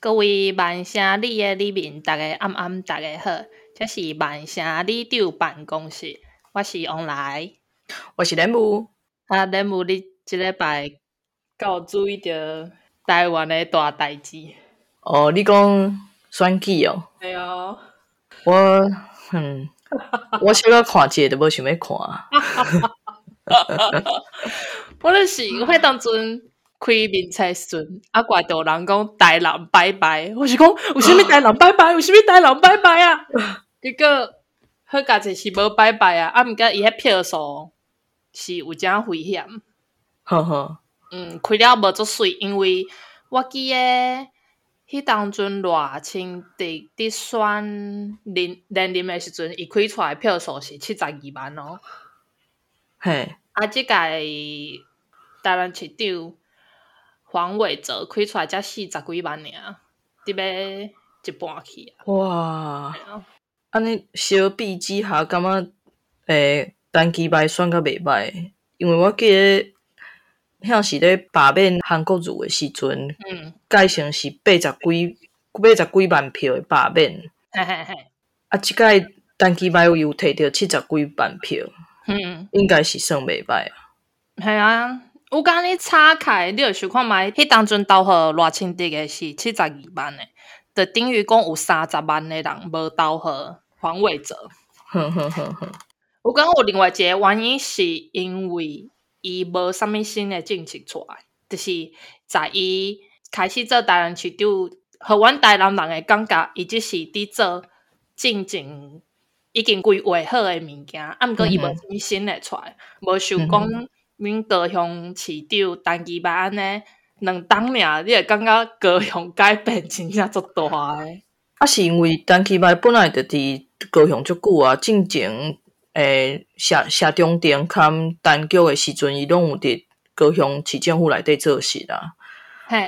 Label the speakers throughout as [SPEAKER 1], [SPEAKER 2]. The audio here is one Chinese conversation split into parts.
[SPEAKER 1] 各位万城里的里民，大家暗大家好，这是万城里长办公室，我是王来，
[SPEAKER 2] 我是莲雾。
[SPEAKER 1] 莲雾，你这礼拜有注意到台湾的大代志？
[SPEAKER 2] 哦，你讲选举哦？
[SPEAKER 1] 对哦，
[SPEAKER 2] 我小可看一个都无想要看。
[SPEAKER 1] 我就是迄当阵开面册时阵，怪到人讲台南拜拜，我是讲有啥物台南拜拜，有啥物台南拜拜啊？结果好佳者是无拜拜啊，毋过伊迄票数是有正危险。
[SPEAKER 2] 呵呵，
[SPEAKER 1] 开了无足水，因为我记得迄当阵赖清德伫选连任的时阵，伊开出来的票数是72万哦。
[SPEAKER 2] 嘿，
[SPEAKER 1] 即届台南市长黄伟哲开出来才40几万尔，伫要一半去啊！
[SPEAKER 2] 哇，安尼小比之下，感觉单机牌选较袂歹，因为我记得遐是咧罢免韩国瑜的时阵，改成是80几万票的罢免，
[SPEAKER 1] 嘿嘿嘿，
[SPEAKER 2] 即届单机牌又摕到70几万票，应该是算袂歹啊。
[SPEAKER 1] 系啊，有甲你岔开，你著想看觅，迄当阵投互赖清德的是72万诶，就等于讲有30万的人无投互黄伟哲。我感觉有另外一个原因是因为伊无啥物新的政策出来，就是在伊开始做台南市长，互阮台南人会感觉伊即是伫做进前已经规划好的物件，毋过伊无啥物新的出来，无想讲阮高雄市长单机牌安尼2档尔，你会感觉高雄改变真正足大诶。
[SPEAKER 2] 是因为单机牌本来就伫高雄足久啊，进前社中庭兼单局的时阵，伊拢有伫高雄市政府内底做事啦。
[SPEAKER 1] 嘿，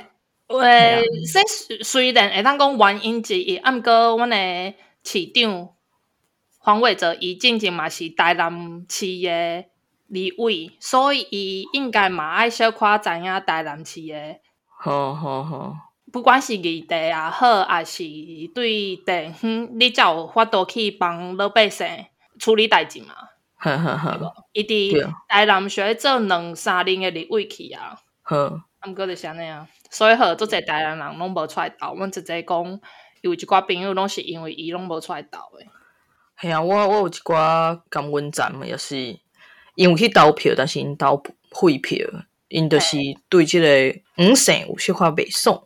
[SPEAKER 1] 虽然会当讲原因之一，毋过阮的市长黄伟哲伊进前嘛是台南市的立委，所以伊应该嘛爱小可知影台南市的。不管是议题也好，还是对地方，你才有法度去帮老百姓处理代志嘛。伊伫台南学做2-3年的立委去啊。毋过就是安尼啊，所以足侪台南人拢无出来投，阮直接讲有一寡朋友拢是因为伊拢无出来投诶。
[SPEAKER 2] 系啊，我有一寡感温站也是因为去投票，但是因投废票，因就是对即个黄姓有小可袂爽。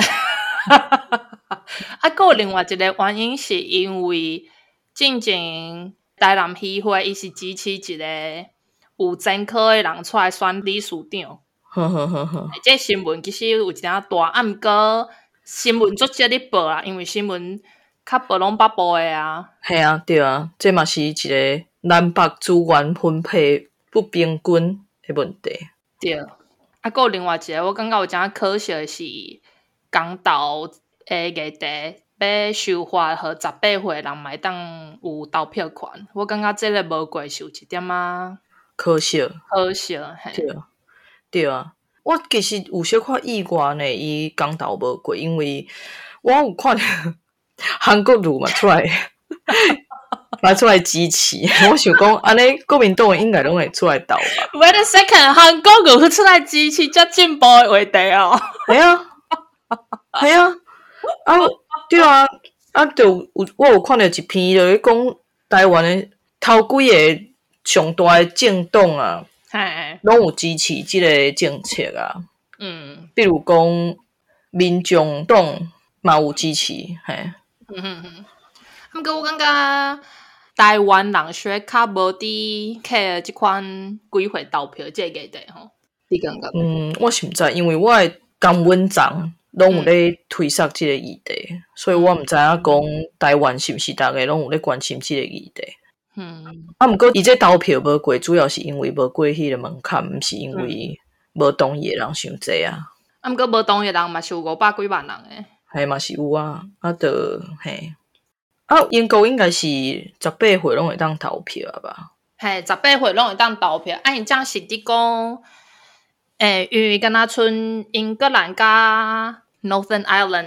[SPEAKER 1] 还有另外一个原因是因为进前台南议会伊是支持一个有前科的人出来选理事长。这新闻其实有一点大，毋过新闻足少咧报啦，因为新闻较报拢北部的啊。
[SPEAKER 2] 系啊，对啊，这嘛是一个南北资源分配不平均的问题。
[SPEAKER 1] 对，还有另外一个，我感觉有真可惜的是，公投的议题要修法，和18岁人嘛会当有投票权。我感觉这个无过是有一点啊
[SPEAKER 2] 可惜，
[SPEAKER 1] 嘿。
[SPEAKER 2] 对啊，我其实有小可意外呢，伊公投无过，因为我有看到韩国瑜嘛出来拿出来支持，我想讲安尼国民党应该拢会出来投吧。
[SPEAKER 1] Wait a second， 韩国瑜出来支持遮进步的话题哦。
[SPEAKER 2] 系啊，对啊，就我有看到一篇就咧讲台湾的头几个上大的政党啊。拢有支持即个政策啊，比如讲民众党嘛有支持，嘿。
[SPEAKER 1] 毋过我感觉台湾人学较无伫 care 即款几岁投票这个议题吼，你感觉？
[SPEAKER 2] 我是毋知，因为我的感温站拢有咧推测即个议题，所以我毋知影讲台湾是毋是大家拢有咧关心即个议题。毋过伊这投票无过，主要是因为无过迄个门槛，毋是因为无同意的人伤济啊。
[SPEAKER 1] 毋过无同意的人嘛是有500几万人诶。
[SPEAKER 2] 系嘛是有啊，就嘿。英国应该是18岁拢会当投票啊吧？
[SPEAKER 1] 嘿，18岁拢会当投票。因这是伫讲，因为敢若剩英格兰甲 Northern Ireland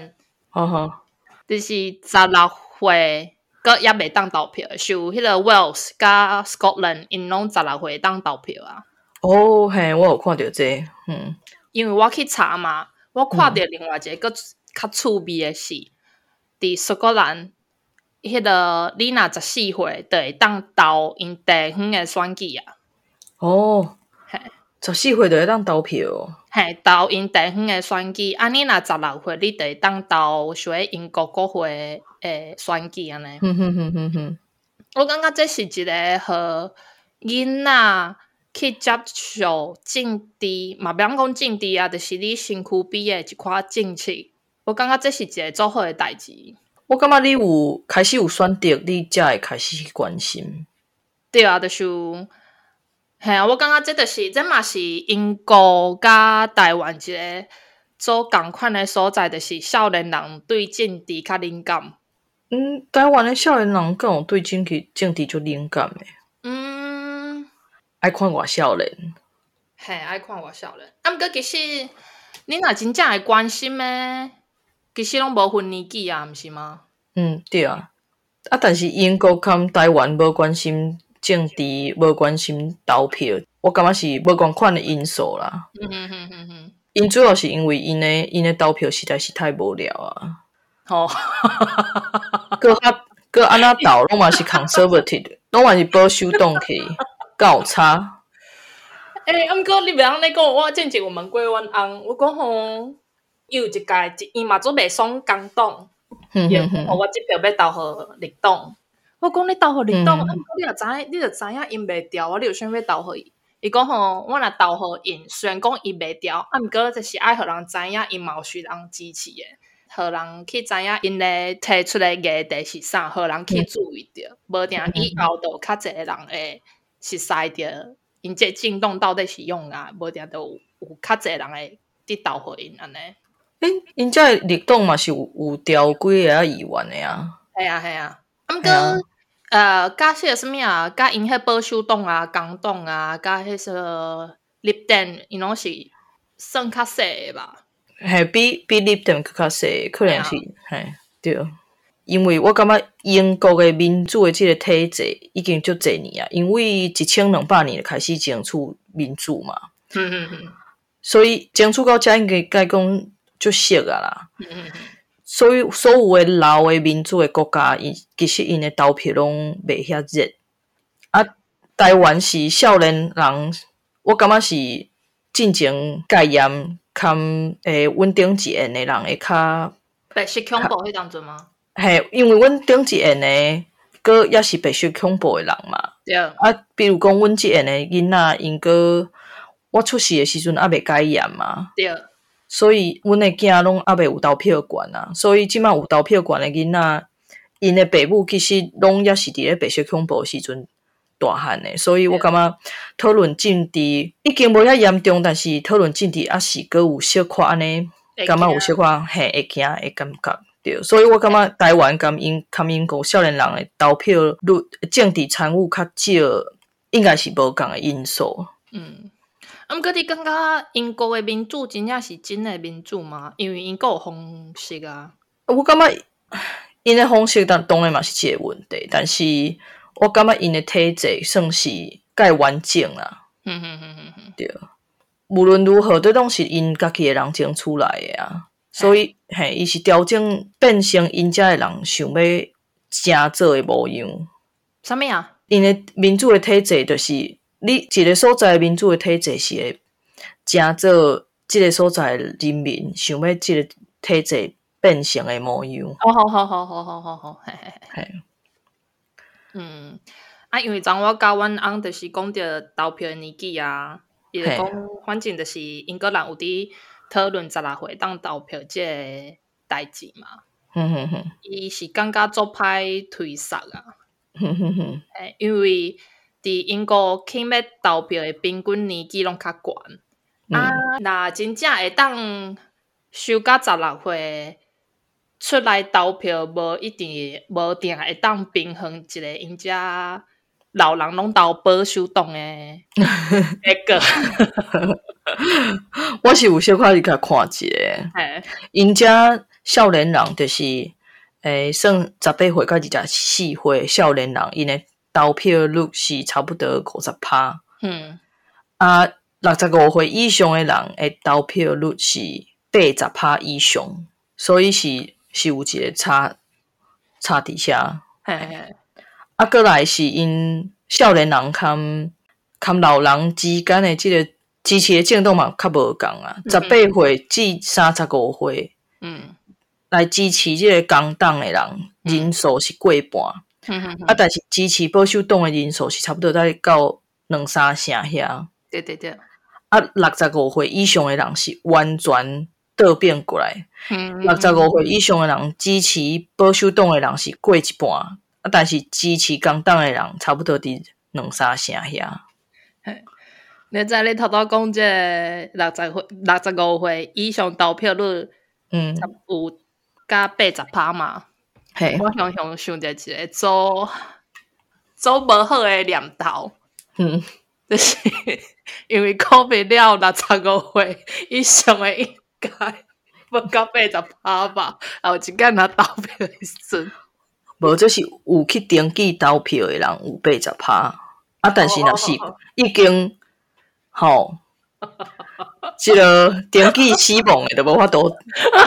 [SPEAKER 2] 好好，
[SPEAKER 1] 就是16岁，佮也袂当投票，是有迄个 Wales 甲 Scotland，因拢16岁当投票啊。
[SPEAKER 2] 哦，嘿，我有看到这个，
[SPEAKER 1] 因为我去查嘛，我看到另外一个较趣味的是，伫苏格兰，迄个你若14岁，就会当投因地方的选举啊。
[SPEAKER 2] 哦
[SPEAKER 1] 嘿
[SPEAKER 2] ，14岁就会当投票哦。
[SPEAKER 1] 嘿，投因地方的选举，啊，你若16岁，你就会当投属于英国国会的选举安尼。我感觉这是一个和囡仔去接受政治，嘛不要讲政治啊，就是你身躯边的一款政策。我感觉这是一个做好的代志。
[SPEAKER 2] 我感觉你有开始有选择，你才会开始去关心。
[SPEAKER 1] 对啊，就是嘿啊，我感觉这嘛是英国甲台湾一个做共款的所在，就是少年人对政治较敏感。
[SPEAKER 2] 台湾的少年人敢有对政治就敏感的？爱看外少年。
[SPEAKER 1] 嘿，爱看外少年。啊，毋过其实你若真正会关心的，其实拢无分年纪啊，毋是吗？
[SPEAKER 2] 对啊。但是英国跟台湾无关心政治，无关心投票，我感觉是无共款的因素啦。因主要是因为因的投票实在是太无聊啊。
[SPEAKER 1] 哦，
[SPEAKER 2] 佮安那投拢嘛是 conservative， 拢嘛是保守党去，够差。
[SPEAKER 1] 毋过你袂当咧讲，我之前有问过阮翁，我讲吼，伊有一届，伊嘛做袂爽工党，伊我即票要投互绿党。我讲你投互绿党，毋过你就知影因袂调啊，你有啥要投互伊？伊讲吼，我若投互因，虽然讲伊袂调，毋过就是爱互人知影因嘛有需人支持的。互人去知影因咧提出的议题是啥，互人去注意着，无定以后就较侪人会熟悉着因这政党到底是用啊，无定就有较侪人会去投互因安尼。
[SPEAKER 2] 因这绿党嘛是有调几个议员的啊。
[SPEAKER 1] 系啊，毋过甲迄个什么啊，甲因迄保守党啊、工党啊，甲迄个立党，因拢是算较细的吧。
[SPEAKER 2] 嘿，比立党更较细，可能是嘿对。因为我感觉英国的民主的这个体制已经足侪年啊，因为1200年就开始争取民主嘛。所以争取到遮应该讲足熟啊啦。所以所有的老的民主的国家，其实因的投票拢袂遐热。啊，台湾是少年人，我感觉是进前戒严。阮顶一end的人会较
[SPEAKER 1] 白色恐怖迄当阵吗？
[SPEAKER 2] 嘿，因为阮顶一end的，佫也是白色恐怖的人嘛。
[SPEAKER 1] 对。啊，
[SPEAKER 2] 比如讲，阮即end的囡仔，因佫我出世的时阵还袂戒严嘛。
[SPEAKER 1] 对。
[SPEAKER 2] 所以阮的囝拢还袂有投票权啊。所以即摆有投票权的囡仔，因的爸母其实拢也是伫咧白色恐怖的时阵大汉的，所以我感觉讨论政治已经无遐严重，但是讨论政治也是佫有小可安尼，感觉有小可会惊的感觉。对，所以我感觉台湾跟英国少年人的投票率、政治参与较少，应该是无共的因素。
[SPEAKER 1] 毋过你感觉英国的民主真正是真的民主吗？因为英国有方式啊。
[SPEAKER 2] 我感觉因的方式当然嘛是一个问题，但是我感觉因的体制算是介完整啦。对，无论如何，这拢是因家己的人争出来的啊。所以，伊是调整变成因遮的人想要正做的模样。
[SPEAKER 1] 啥物啊？
[SPEAKER 2] 因的民主的体制，就是你一个所在的民主的体制是会正做即个所在的人民想要即个体制变成的模样。
[SPEAKER 1] 好，嘿。因为昨我甲阮翁就是讲着投票的年纪啊，伊就讲，反正就是英格兰有伫讨论16岁当投票即个代志嘛。伊是感觉做歹推塞啊。因为伫英国去要投票的平均年纪拢较悬。若真正会当收到16岁出来投票，无一定无定会当平衡一个因遮老人拢投保守党的结果。
[SPEAKER 2] 我是有小可去甲看一下，因遮少年人就是算18岁到24岁少年人，因的投票率是差不多50%。啊，65岁以上的人的投票率是80%以上，所以是有一个差伫遐。啊，过来是因少年人较老人之间的这个支持的政党嘛较无共啊。18岁至35岁，来支持这个工党的人人数是过半。啊，但是支持保守党的人数是差不多在到2-3成遐。
[SPEAKER 1] 对。
[SPEAKER 2] 啊，65岁以上的人是完全倒变过来。65岁以上的人支持保守党的人是过一半。但是支持工党的人差不多伫2-3成遐。
[SPEAKER 1] 你知你头讲这65岁以上投票率，有加80%嘛？我想着一个做无好的念头，就是因为考不了65岁以上的应该无到80%吧？后一间拿投票的时阵。
[SPEAKER 2] 无，这是有去登记投票的人有80%，啊，但是若是已经这个登记死亡的，就无法度。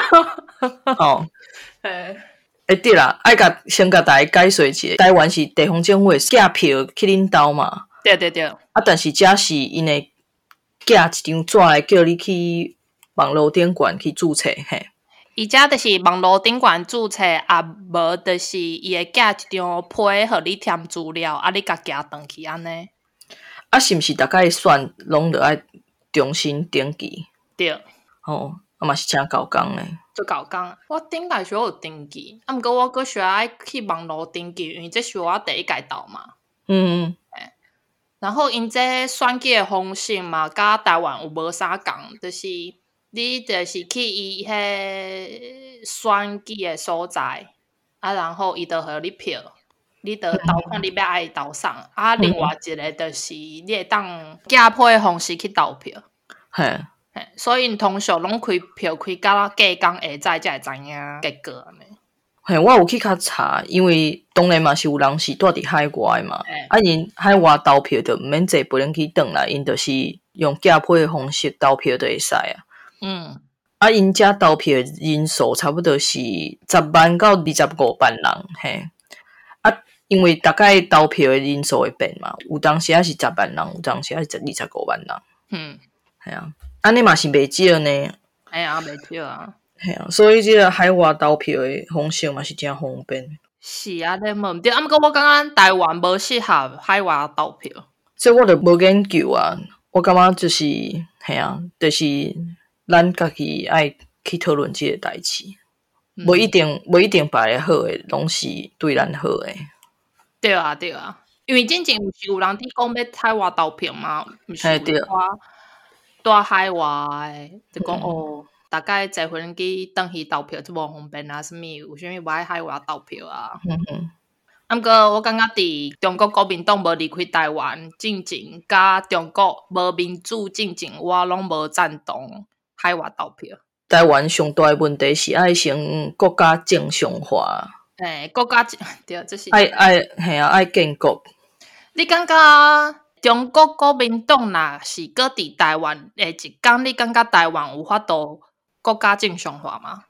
[SPEAKER 2] 对啦，爱先甲大家解说一下，台湾是地方政府寄票去恁兜嘛。
[SPEAKER 1] 对。
[SPEAKER 2] 啊，但是这是因会寄一张纸来叫你去网络顶管去注册嘿。
[SPEAKER 1] 伊遮就是网络顶管注册，啊无就是伊会寄一张批，互你填资料，啊你甲寄转去安尼。
[SPEAKER 2] 啊，是毋是大概选拢着爱重新登记？
[SPEAKER 1] 对。
[SPEAKER 2] 啊嘛是真够工诶。
[SPEAKER 1] 做够工，我顶摆需要有登记，啊毋过我佫需要爱去网络登记，因为这是我第一届投嘛。然后因这选举诶方式嘛，甲台湾有无啥共，就是你就是去伊迄选举诶所在，啊，然后伊就互你票，你就投看你要爱投啥。啊，另外一个就是你会当寄批诶方式去投票。所以通常拢开票开到隔工下载才会知影结果安尼。
[SPEAKER 2] 我有去较查，因为当然嘛是有人是住伫海外嘛，啊因海外投票就毋免坐飞机去转来，因就是用寄批诶方式投票就会使啊。啊因遮投票诶人数差不多是10万到25万人嘿。啊因为大概投票诶人数会变嘛，有当时啊是10万人，有当时啊是25万人。系啊。安尼嘛是袂少呢。
[SPEAKER 1] 袂少啊。
[SPEAKER 2] 系啊，所以这个海外投票的方式嘛是真方便。
[SPEAKER 1] 是啊，你无毋对，啊，毋过我感觉台湾无适合海外投票。
[SPEAKER 2] 这我就无研究啊，我感觉就是系啊，就是咱家己爱去讨论这个代志，无一定别个好诶，拢是对咱好诶。
[SPEAKER 1] 对啊，因为之前毋是有人伫讲要海外投票嘛，毋是住海外诶，就讲大概坐飞机转去投票就无方便啊，有啥物无爱海外投票啊。啊，毋过我感觉伫中国国民党无离开台湾进前，甲中国无民主进前，我拢无赞同海外投票。
[SPEAKER 2] 台湾上大诶问题是爱先国家正常化。
[SPEAKER 1] 国家对，这是
[SPEAKER 2] 爱建国。
[SPEAKER 1] 你感觉中国国民党若是搁伫台湾一天，你感觉台湾有法度国家正常化吗？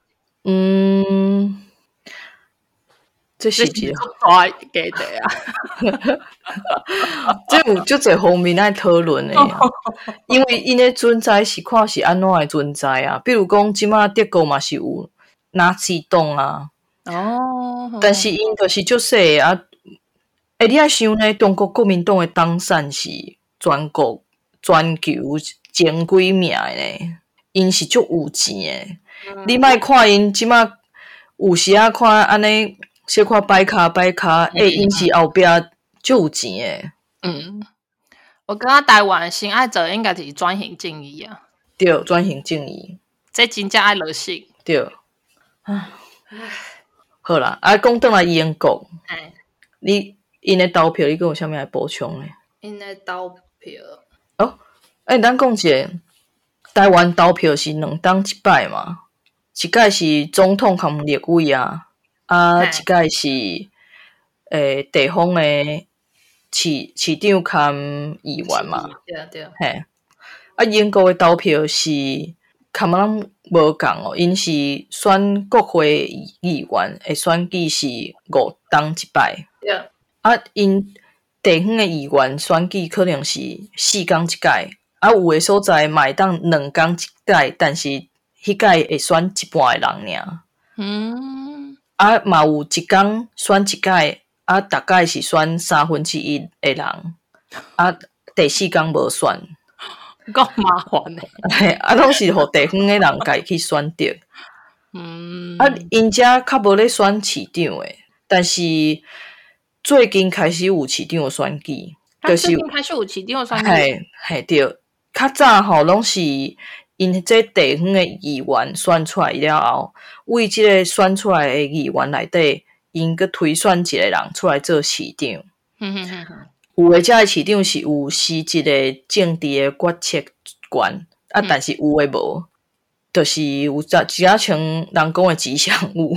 [SPEAKER 2] 这是一个
[SPEAKER 1] 大议题啊！
[SPEAKER 2] 这有足侪方面爱讨论的呀，因为因的存在是看是安怎的存在啊。比如讲，即马德国嘛是有纳粹党啊，但是因就是足细啊。你爱想呢，中国国民党的党产是全球前几名的呢，因是足有钱的。你莫看因即马有时啊看安尼小看摆卡，因是后壁足有钱的。
[SPEAKER 1] 我感觉台湾先爱做应该是转型正义啊。
[SPEAKER 2] 对，转型正义，
[SPEAKER 1] 这真正爱落实。
[SPEAKER 2] 对，好啦，讲转来英国，因的投票，你还有啥物来补充呢？
[SPEAKER 1] 因的投票
[SPEAKER 2] 咱讲一下，台湾投票是2档1摆嘛？ 一届是总统兼立委啊，一届是地方的市长兼议员嘛。
[SPEAKER 1] 对对。
[SPEAKER 2] 嘿，英国的投票是较咱无共哦，因是选国会议员的选举是5党一摆。
[SPEAKER 1] 对。
[SPEAKER 2] 因地方的议员选举可能是4天一届，有的所在嘛会当2天一届，但是迄届会选一半的人尔。嘛有一天选一届，大概是选1/3的人，第4天无选。
[SPEAKER 1] 够麻烦的。
[SPEAKER 2] 嘿，拢是互地方的人家去选择。因遮较无咧选市长的，但是最近开始有市长的选举，就是
[SPEAKER 1] 最近开始有市长的选举。
[SPEAKER 2] 嘿对，较早吼拢是因这地方的议员选出来了后，为即个选出来的议员内底，因佮推选一个人出来做市长。有的遮的市长是有实质的政治的决策权，但是有的无，就是有只像人讲的吉祥物。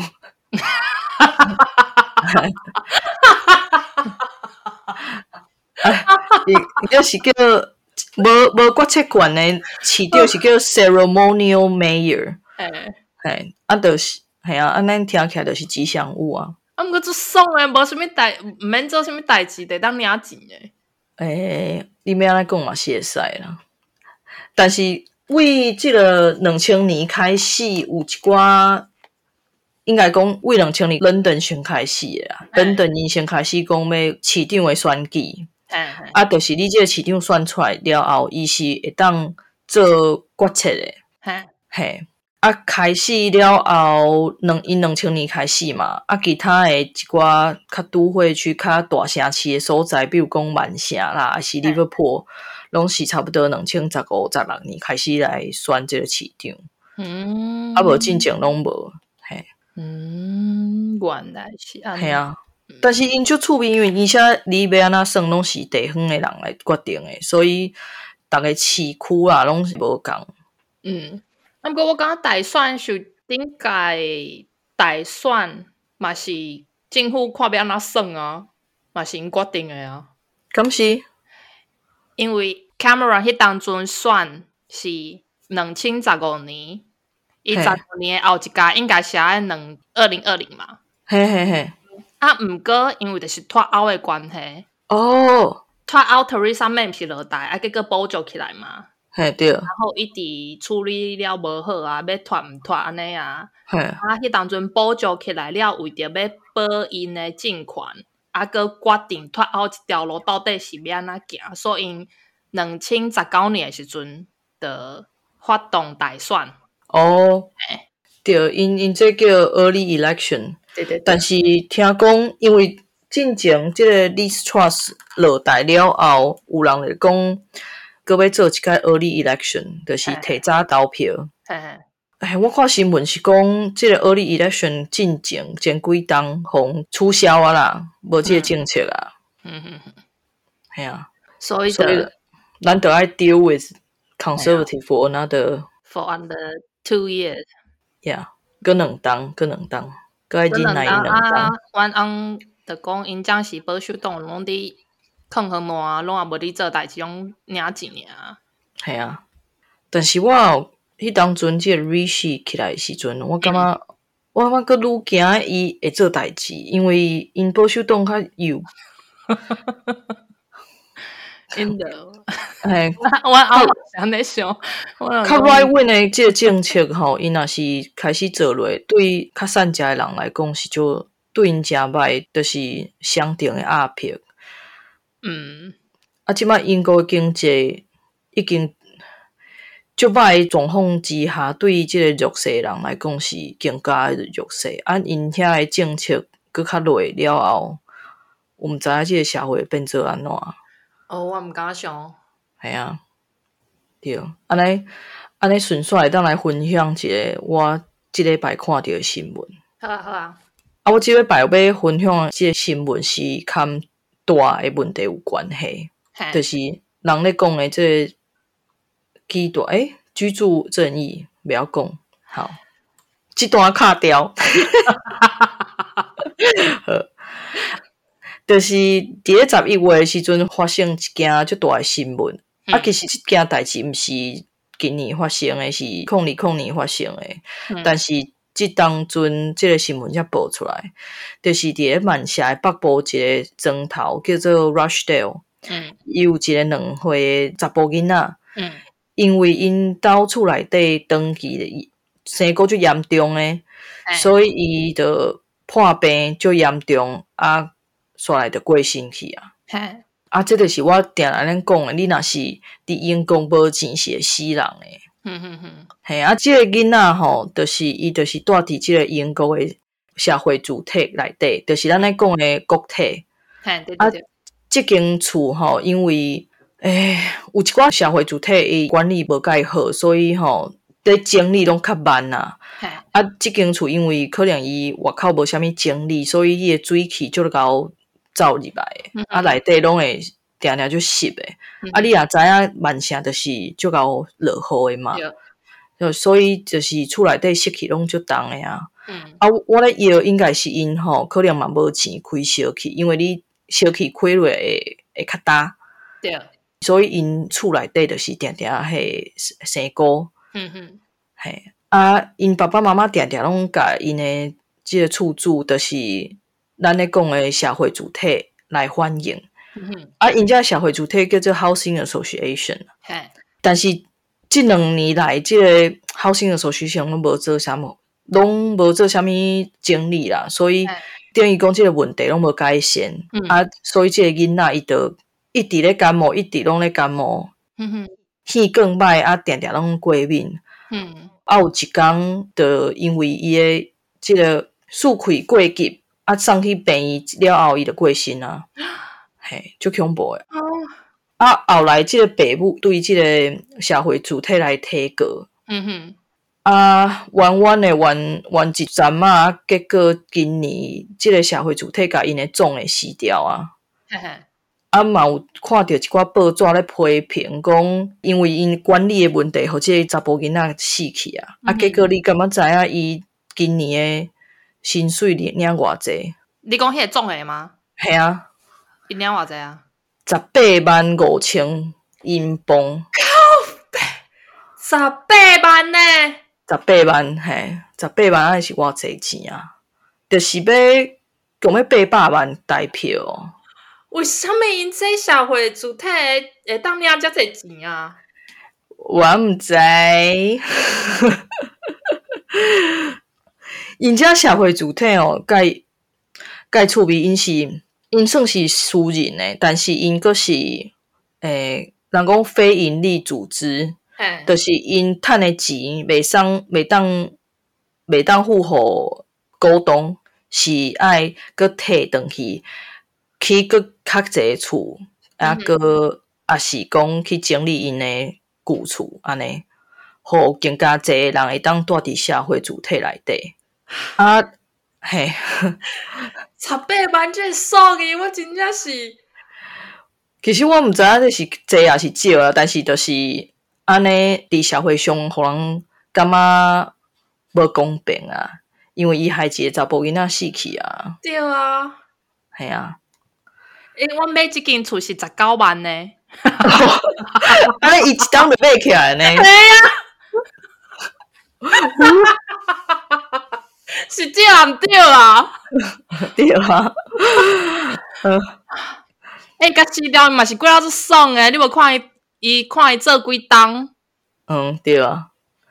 [SPEAKER 2] 伊就是叫无决策权的市长是叫 ceremonial mayor。就是咱听起来就是吉祥物啊。
[SPEAKER 1] 毋过做爽诶，无啥物代，毋免做啥物代志，得当领钱诶。
[SPEAKER 2] 你要安尼讲嘛是会使啦。但是为即个2000年开始，有一寡应该讲为2000年London先开始诶啦。London因先开始讲要市长诶选举。就是你即个市长选出来了后，伊是会当做决策诶。嘿。开始了后，因2000年开始嘛，其他的一寡较都会区、较大城市的所在，比如讲曼城啦，还是利物浦，拢是差不多2015、16年开始来选这个市长。无进前拢无。嘿。
[SPEAKER 1] 原来是安尼。
[SPEAKER 2] 嘿啊，但是因就趣味，因为而且你要安怎算，拢是地方的人来决定的，所以逐个市区啊，拢是无共。
[SPEAKER 1] 不过我感觉大选是顶届大选嘛是政府看要安怎算啊，嘛是因决定的啊。
[SPEAKER 2] 敢是？
[SPEAKER 1] 因为 Cameron 迄当阵选是2015年，伊15年后一届应该是在2020嘛。
[SPEAKER 2] 嘿。
[SPEAKER 1] 毋过因为就是脱欧的关系。脱欧 Theresa May 是落台，结果补救起来嘛。
[SPEAKER 2] 嘿对。然
[SPEAKER 1] 后伊伫处理了无好啊，要脱毋脱安尼啊。迄当阵补助起来了，为着要保因的政权，佮决定脱欧一条路到底是要安怎行，所以2019年的时阵的发动大选。
[SPEAKER 2] 对，因这叫 early election。
[SPEAKER 1] 对。
[SPEAKER 2] 但是听讲，因为进前即个 Liz Truss 落台了后，有人就讲。搁要做一届 early election， 就是提早投票。我看新闻是讲，即个 early election 进前前几天互取消啊啦，无即个政策啊。系啊。
[SPEAKER 1] 所以
[SPEAKER 2] 咱就爱 deal with conservative for another
[SPEAKER 1] 2 years。
[SPEAKER 2] 搁2当，搁爱忍耐2当。
[SPEAKER 1] 阮翁就讲，因将是保守党拢伫。抗衡烂，拢也无伫做代志，拢领钱尔。
[SPEAKER 2] 系啊，但是我迄当阵即个 Rishi 起来的时阵，我感觉搁愈惊伊会做代志，因为因保守党较幼。
[SPEAKER 1] 因的，我安尼想，
[SPEAKER 2] 较 right wing 的即个政策吼，因若是开始做落，对较善食的人来讲是就对因诚歹，就是相等的压迫。即摆英国经济已经足歹的状况之下，对于即个弱势人来讲是更加弱势。因遐的政策搁较落了后，我毋知影即个社会变做安怎。
[SPEAKER 1] 我毋敢想。
[SPEAKER 2] 系啊，对，安尼顺续当来分享一个我即礼拜看到的新闻。
[SPEAKER 1] 好啊。
[SPEAKER 2] 我即礼拜要分享的即个新闻是较大的问题有关系，就是人咧讲的这居住正义，不要讲好。 这段卡掉。就是伫咧11月的时阵发生一件足大的新闻，其实这件代志毋是今年发生的，是2020年发生的，但是这当阵这个新闻才报出来，就是伫咧曼社的北部一个庄头叫做 Rochdale，有一个2岁的查甫囡仔，因为因兜厝内底长期的生过最严重的，所以伊就破病最严重啊。煞来就过身去啊！这就是我定安尼讲的，你若是伫因公无钱是会死人的。嘿啊！这个囡仔吼，就是伊就是住伫这个英国的社会主体内底，就是咱咧讲的国体。对。这间厝吼，因为有一寡社会主体伊管理无介好，所以吼在整理拢较慢啊。这间厝因为可能伊外口无啥物整理，所以伊的水气就高。走入来的，内底拢会定定就湿的。你也知影曼城就是足够落雨的嘛，所以就是厝内底湿气拢足重的啊。我咧摇应该是因吼，可能嘛无钱开烧气，因为你烧气开落会较大，对，所以因厝内底就是定定会生菇。嘿，因爸爸妈妈定定拢甲因的即个厝主就是咱咧讲的社会主体来欢迎，因这社会主体叫做 Housing Association， 但是这2年来，这个 Housing Association 拢无做啥物，拢无做啥物整理啦，所以等于讲这个问题拢无改善，所以这个囡仔伊就一直咧感冒，一直拢咧感冒，耳更歹，定定拢过敏，有一天就因为伊的这个速气过急。送去病院了后，伊就过身啊，嘿，足恐怖的。后来这个爸母对这个社会主体来提告，冤冤的冤一站啊，结果今年这个社会主体甲因的总会撕掉啊。嘛有看到一寡报纸咧批评讲，因为因管理的问题，或者查甫囡仔死去啊。结果你敢知影伊今年的薪水领偌济？
[SPEAKER 1] 你讲迄个总的吗？
[SPEAKER 2] 系啊，
[SPEAKER 1] 伊领偌济啊
[SPEAKER 2] ？185000英镑。
[SPEAKER 1] 18万呢
[SPEAKER 2] ？18万嘿，18万还是偌济钱啊？就是要800万台票。
[SPEAKER 1] 为什么因这社会主体会当领遮济钱啊？
[SPEAKER 2] 我毋知。因遮社会主体介趣味，因算是私人的，但是因阁是人讲非营利组织，就是因趁的钱袂当付互股东，是爱阁摕转去阁较济厝，阁也是讲去整理因的旧厝安尼，互更加济人会当住伫社会主体内底。嘿
[SPEAKER 1] ，18万这数字，我真正是。
[SPEAKER 2] 其实我毋知影这是济也是少啊，但是就是安尼伫社会上，互人感觉无公平啊，因为伊害一个查甫囡仔死去啊。
[SPEAKER 1] 对啊，
[SPEAKER 2] 系啊。
[SPEAKER 1] 我买这间厝是19万呢。
[SPEAKER 2] 安尼伊一当就买起来呢。
[SPEAKER 1] 对啊。是对啊，毋对啊？
[SPEAKER 2] 对啊。
[SPEAKER 1] 甲饲料嘛是几啊子爽诶！你无看伊做几档？
[SPEAKER 2] 对啊。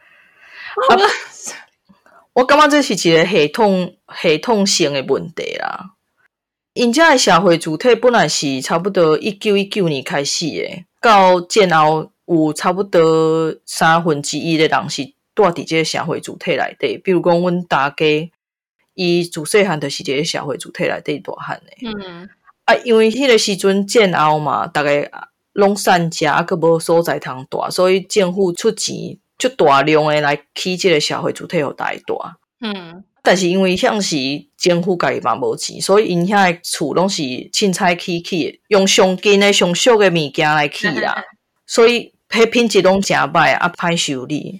[SPEAKER 2] 我感觉这是一个系统性的问题啦。因遮的社会主体本来是差不多1919年开始的，到战后有差不多1/3的人是住伫这个社会主体内底。比如讲，阮大家伊自细汉就是这个社会主体内底大汉的。因为迄个时阵战后嘛，大家拢散家，阁无所在通住，所以政府出钱足大量的来起这个社会主体互大家住。但是因为向时政府家己嘛无钱，所以因遐的厝拢是凊彩起的，用上近的、上俗的物件来起啦，所以迄品质拢诚歹，歹修理。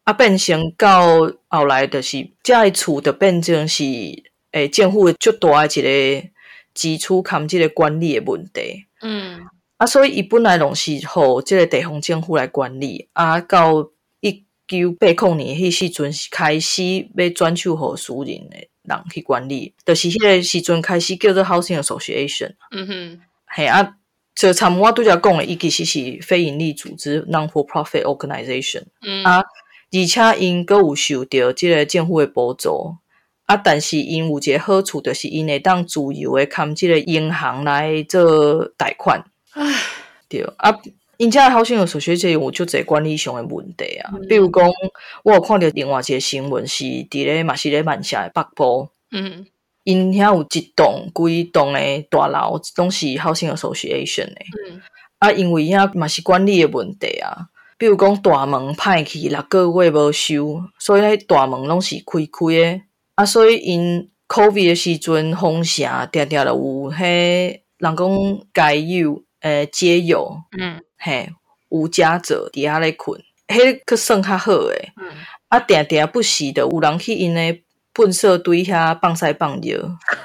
[SPEAKER 2] 变成到后来就是这个厝就变成是政府足大的一个支出含这个管理的问题。所以伊本来拢是互这个地方政府来管理，到1980年迄时阵开始要转手互私人的人去管理，就是迄个时阵开始叫做 Housing Association。嘿就参我拄则讲的，伊其实是非营利组织 non-for-profit organization。而且因阁有受到即个政府的补助。但是因有一个好处，就是因会当自由的看即个银行来做贷款。对因遮Housing Association有足侪管理上的问题啊。比如讲，我有看到另外一个新闻是嘛是咧曼社的北部。因遐有一栋规栋的大楼，拢是Housing Association的。因为遐嘛是管理的问题啊。比如讲大门歹去6个月无收，所以迄大门拢是开的。所以因 COVID 的时阵，封城定定就有迄人讲街友街友，无家者伫遐咧困，迄佫算较好诶。定定不时的有人去因诶粪扫堆遐放屎放尿。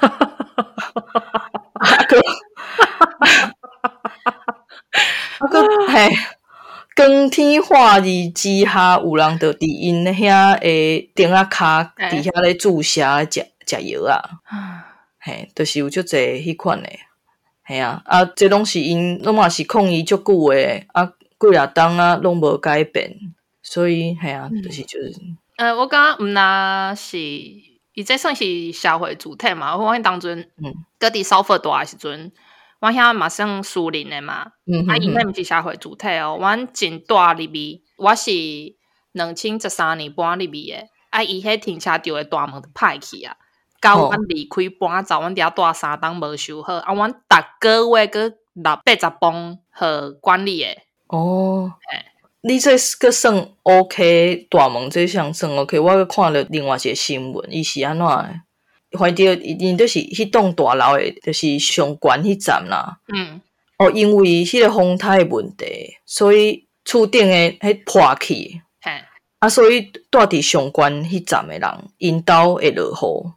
[SPEAKER 2] 光天化日之下，有人就伫因遐诶顶仔骹伫遐咧注射食药啊。就是有足侪迄款诶。这拢是因拢嘛是抗议足久诶，几啊冬拢无改变，所以就是
[SPEAKER 1] 我感觉毋那是伊这算是社会主体嘛。我当阵搁伫扫佛大诶时阵，我遐嘛算私人诶嘛。因迄毋是社会主体哦。阮真大入面，我是2013年搬入面诶。伊迄停车场诶大门就歹去啊。到阮离开搬走，阮伫遐住3冬无收好。阮逐个月搁80磅互管理诶。
[SPEAKER 2] 你这个算 OK， 大门这项算 OK。我搁看了另外一个新闻，伊是安怎的？怀着因就是迄栋大楼的，就是上悬迄站啦。因为迄个风台的问题，所以厝顶的迄破去。所以住伫上悬迄站的人，因兜会落雨。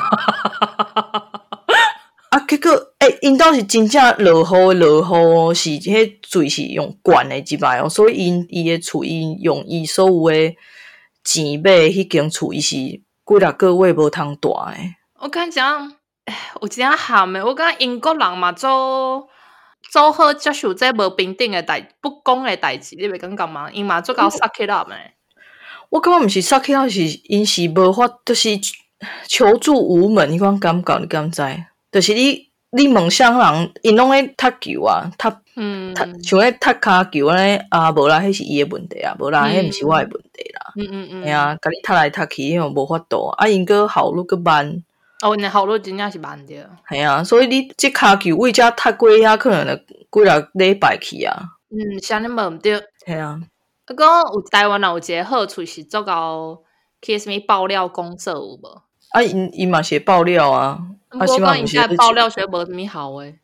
[SPEAKER 2] 结果因兜是真正落雨是迄水是用灌的即摆所以伊的厝用伊所有的钱买迄间厝，伊是几啊个月无通住的。
[SPEAKER 1] 我感觉有一点含的，我感觉英国人嘛做好接受这无平等的不公的代志，你袂感觉吗？因嘛做到 suck it up 的。
[SPEAKER 2] 我感觉毋是 suck it up， 是因是无法，就是求助无门，迄款感觉你敢知？就是你问啥人，因拢咧踢球啊，像咧踢骹球安尼无啦，迄是伊的问题啊，无啦，迄毋是我的问题啦。甲你踢来踢去，迄无法度因个效率个慢。
[SPEAKER 1] 因效率真正是慢着。
[SPEAKER 2] 所以你即骹球为遮踢过遐，可能就几啊礼拜去啊。
[SPEAKER 1] 是安尼无毋对。讲有台湾有一个好处是做到去什么爆料公社有无？
[SPEAKER 2] 因嘛是爆料啊。
[SPEAKER 1] 我讲因遮爆料学无什么好诶。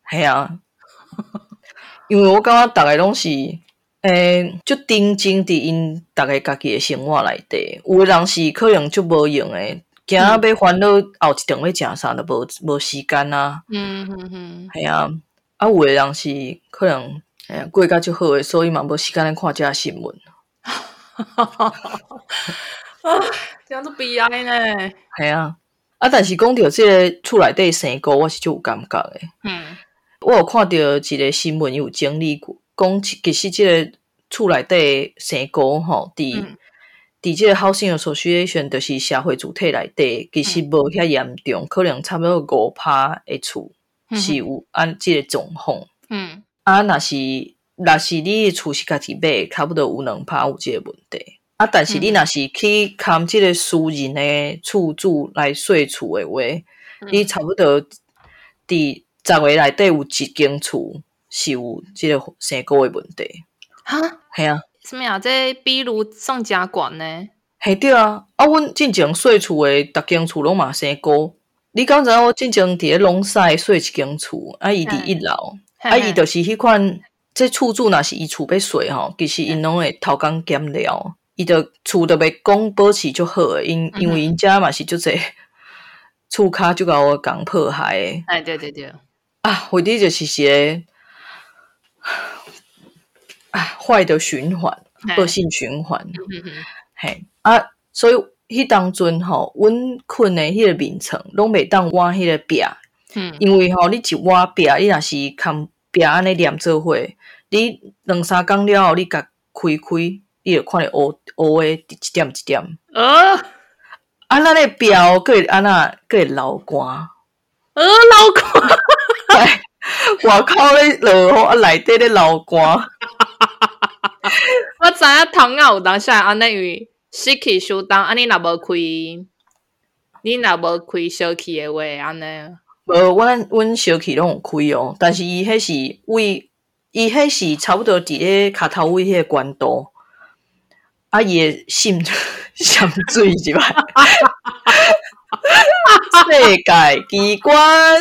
[SPEAKER 2] 因为我感觉大概拢是就定睛伫因大概家己的生活内底，有的人是可能就无用诶，惊要烦恼后一顿要食啥都无时间啊。有的人是可能过甲足好诶，所以嘛无时间来看遮新闻。
[SPEAKER 1] 这样都悲哀呢。
[SPEAKER 2] 但是讲到这个厝内底生菇，我是足有感觉诶。我有看到一个新闻有整理过，讲其实这个厝内底生菇伫这个 Housing Association 就是社会主体内底，其实无遐严重，可能差不多5%的厝是有这个状况。若是你的厝是家己买，差不多有2%有这个问题。但是你若是去看这个私人的厝主来说厝的话，你差不多伫10个内底有1间厝是有这个生菇的问题。
[SPEAKER 1] 什么这比如算真悬呢？
[SPEAKER 2] 对啊。阮进前说厝的逐间厝拢嘛生菇。你敢知影我进前伫咧龙西说一间厝，伊伫1楼，伊就是迄款，这厝主若是伊厝要说其实因拢会偷工减料。 伊就厝就袂讲保持就好诶，因为因遮嘛是足侪厝骹就甲我讲破坏诶。
[SPEAKER 1] 哎，对对对。
[SPEAKER 2] 啊，为滴就是一个坏的循环，恶性循环。嘿啊，所以迄当阵吼，阮困诶迄个眠床拢袂当换迄个壁，因为吼你一换壁，你若是扛壁安尼黏做伙，你2-3工了后，你甲开，你就看到乌诶一点一点。啊，咱诶壁佫会安那，佫会流汗。
[SPEAKER 1] 流汗。
[SPEAKER 2] 外口咧落雨，啊内底咧流汗。
[SPEAKER 1] 我知影窗仔有当时安尼，因为湿气伤重，啊你若无开烧气诶话，安尼。
[SPEAKER 2] 无，阮烧气拢有开哦，但是伊迄是位，伊迄是差不多伫咧骹头位迄个悬度，啊伊会渗闪水入来。世界奇观。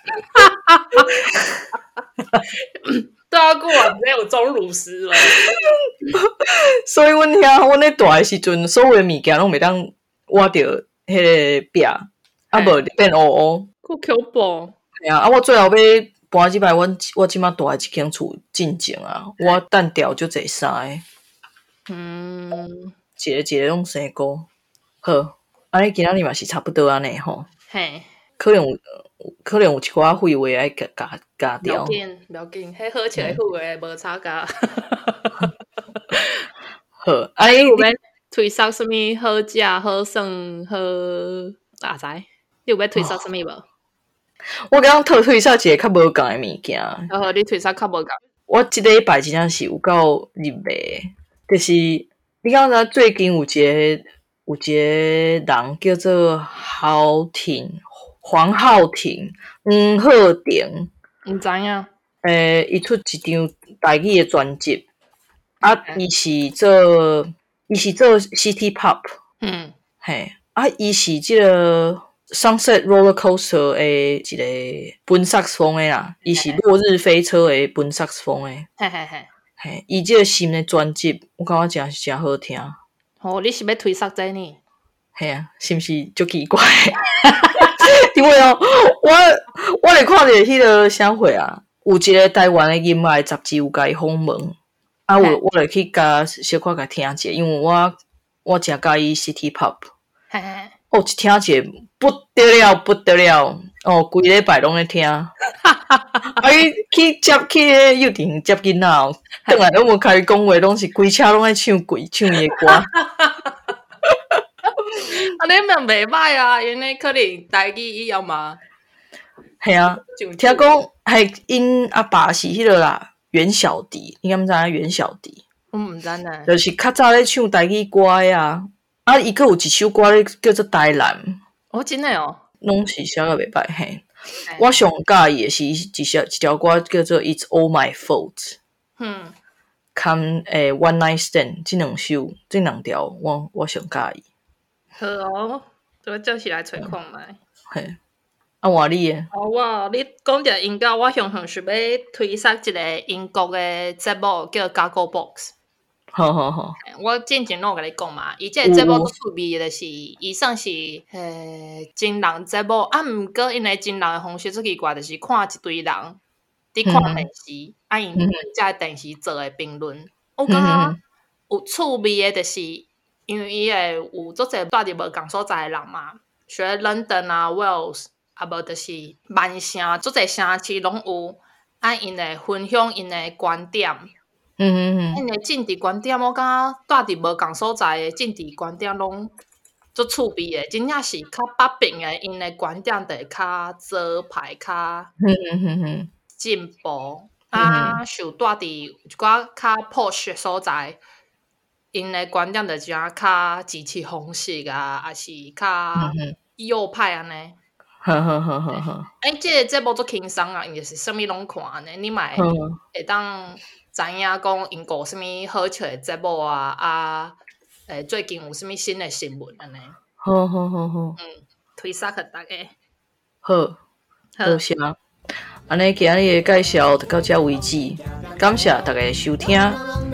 [SPEAKER 1] 对啊，我没有钟乳石了。
[SPEAKER 2] 所以阮咧大诶时阵，所有诶物件拢袂当挖着迄个壁，啊无变乌乌。
[SPEAKER 1] 够恐怖。
[SPEAKER 2] 系啊，我最后要搬即摆，我即摆大诶一间厝进前啊，我等调就侪衫诶。一个拢生菇。好，安尼今仔日嘛是差不多安尼吼。
[SPEAKER 1] 嘿。可
[SPEAKER 2] 能有一寡废话爱加掉。
[SPEAKER 1] 不要紧，迄好笑诶废话无差加。
[SPEAKER 2] 好，啊你
[SPEAKER 1] 有要推荐什么好食、好耍、好知？你有要推荐什么无？
[SPEAKER 2] 我刚推荐一个较无共诶物件。
[SPEAKER 1] 好，你推荐较无共。
[SPEAKER 2] 我即礼拜真正是有够入迷，就是你敢知最近有一个人叫做黄浩庭、黄浩庭，
[SPEAKER 1] 毋知影。
[SPEAKER 2] 伊出一张台语诶专辑，啊，伊是做 City Pop， 嘿，啊，伊是即个 Sunset Roller Coaster 诶一个本萨克斯风诶啦，伊是落日飞车诶本萨克斯风诶，嘿，伊即个新诶专辑，我感觉真好听。
[SPEAKER 1] 你是要推荐这呢？
[SPEAKER 2] 嘿啊，是毋是足奇怪？因为我咧看着迄个啥货啊，有一个台湾的音乐杂志有甲伊访问，啊，我咧去甲小可甲听者，因为我真介意 City Pop， 一听者不得了，规礼拜拢咧听，啊，伊去接幼稚园接囡仔，转来拢无开讲话，拢是规车拢在唱伊的歌。
[SPEAKER 1] 安尼嘛袂歹啊，因为可能台语以后嘛。
[SPEAKER 2] 系啊，听讲系因阿爸是迄个啦，袁小迪，你敢知影袁小迪？
[SPEAKER 1] 我毋知呢。
[SPEAKER 2] 就是较早咧唱台语歌啊，啊，伊佫有一首歌咧叫做《台南》。
[SPEAKER 1] 真诶哦。
[SPEAKER 2] 拢是写个袂歹嘿。我上介意诶是一条歌叫做《It's All My Fault》。Come One Night Stand 这两条我上介意。
[SPEAKER 1] 好哦，我就是来找看卖。
[SPEAKER 2] 嘿，啊，换你诶。
[SPEAKER 1] 你讲着音乐，我常常是要推荐一个英国诶节目叫 Gogglebox。
[SPEAKER 2] 好。
[SPEAKER 1] 我之前拢有甲你讲嘛，伊这个节目足趣味诶，就是伊算是真人节目，啊，毋过因诶真人诶方式足奇怪，就是看一堆人伫看电视，啊，因遮电视做诶评论，我感觉有趣味诶，就是因为伊会有足侪住伫无共所在诶人嘛，像 London 啊、Wales 啊，无就是万城足侪城市拢有，啊，因会分享因诶观点。因诶政治观点，我感觉住伫无共所在诶政治观点拢足趣味诶，真正是较北平诶，因诶观点就会较左派、较进步。啊，受住伫一寡较 posh 所在，因诶观点就真较支持方式啊，还是较右派安尼。即个节目足轻松啊，因为是啥物拢看安尼，你嘛会当知影讲英国啥物好笑的节目啊，最近有啥物新的新闻安尼。
[SPEAKER 2] 好，
[SPEAKER 1] 推荐给大家。
[SPEAKER 2] 好，多谢。安尼今日的介绍就到这为止，感谢大家的收听。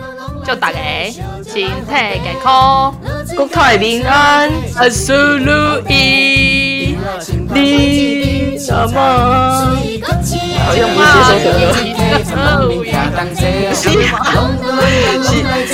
[SPEAKER 1] 祝大家身體健康，
[SPEAKER 2] 國泰民安，
[SPEAKER 1] 萬事如意。
[SPEAKER 2] 你那麼好像不是這首歌，是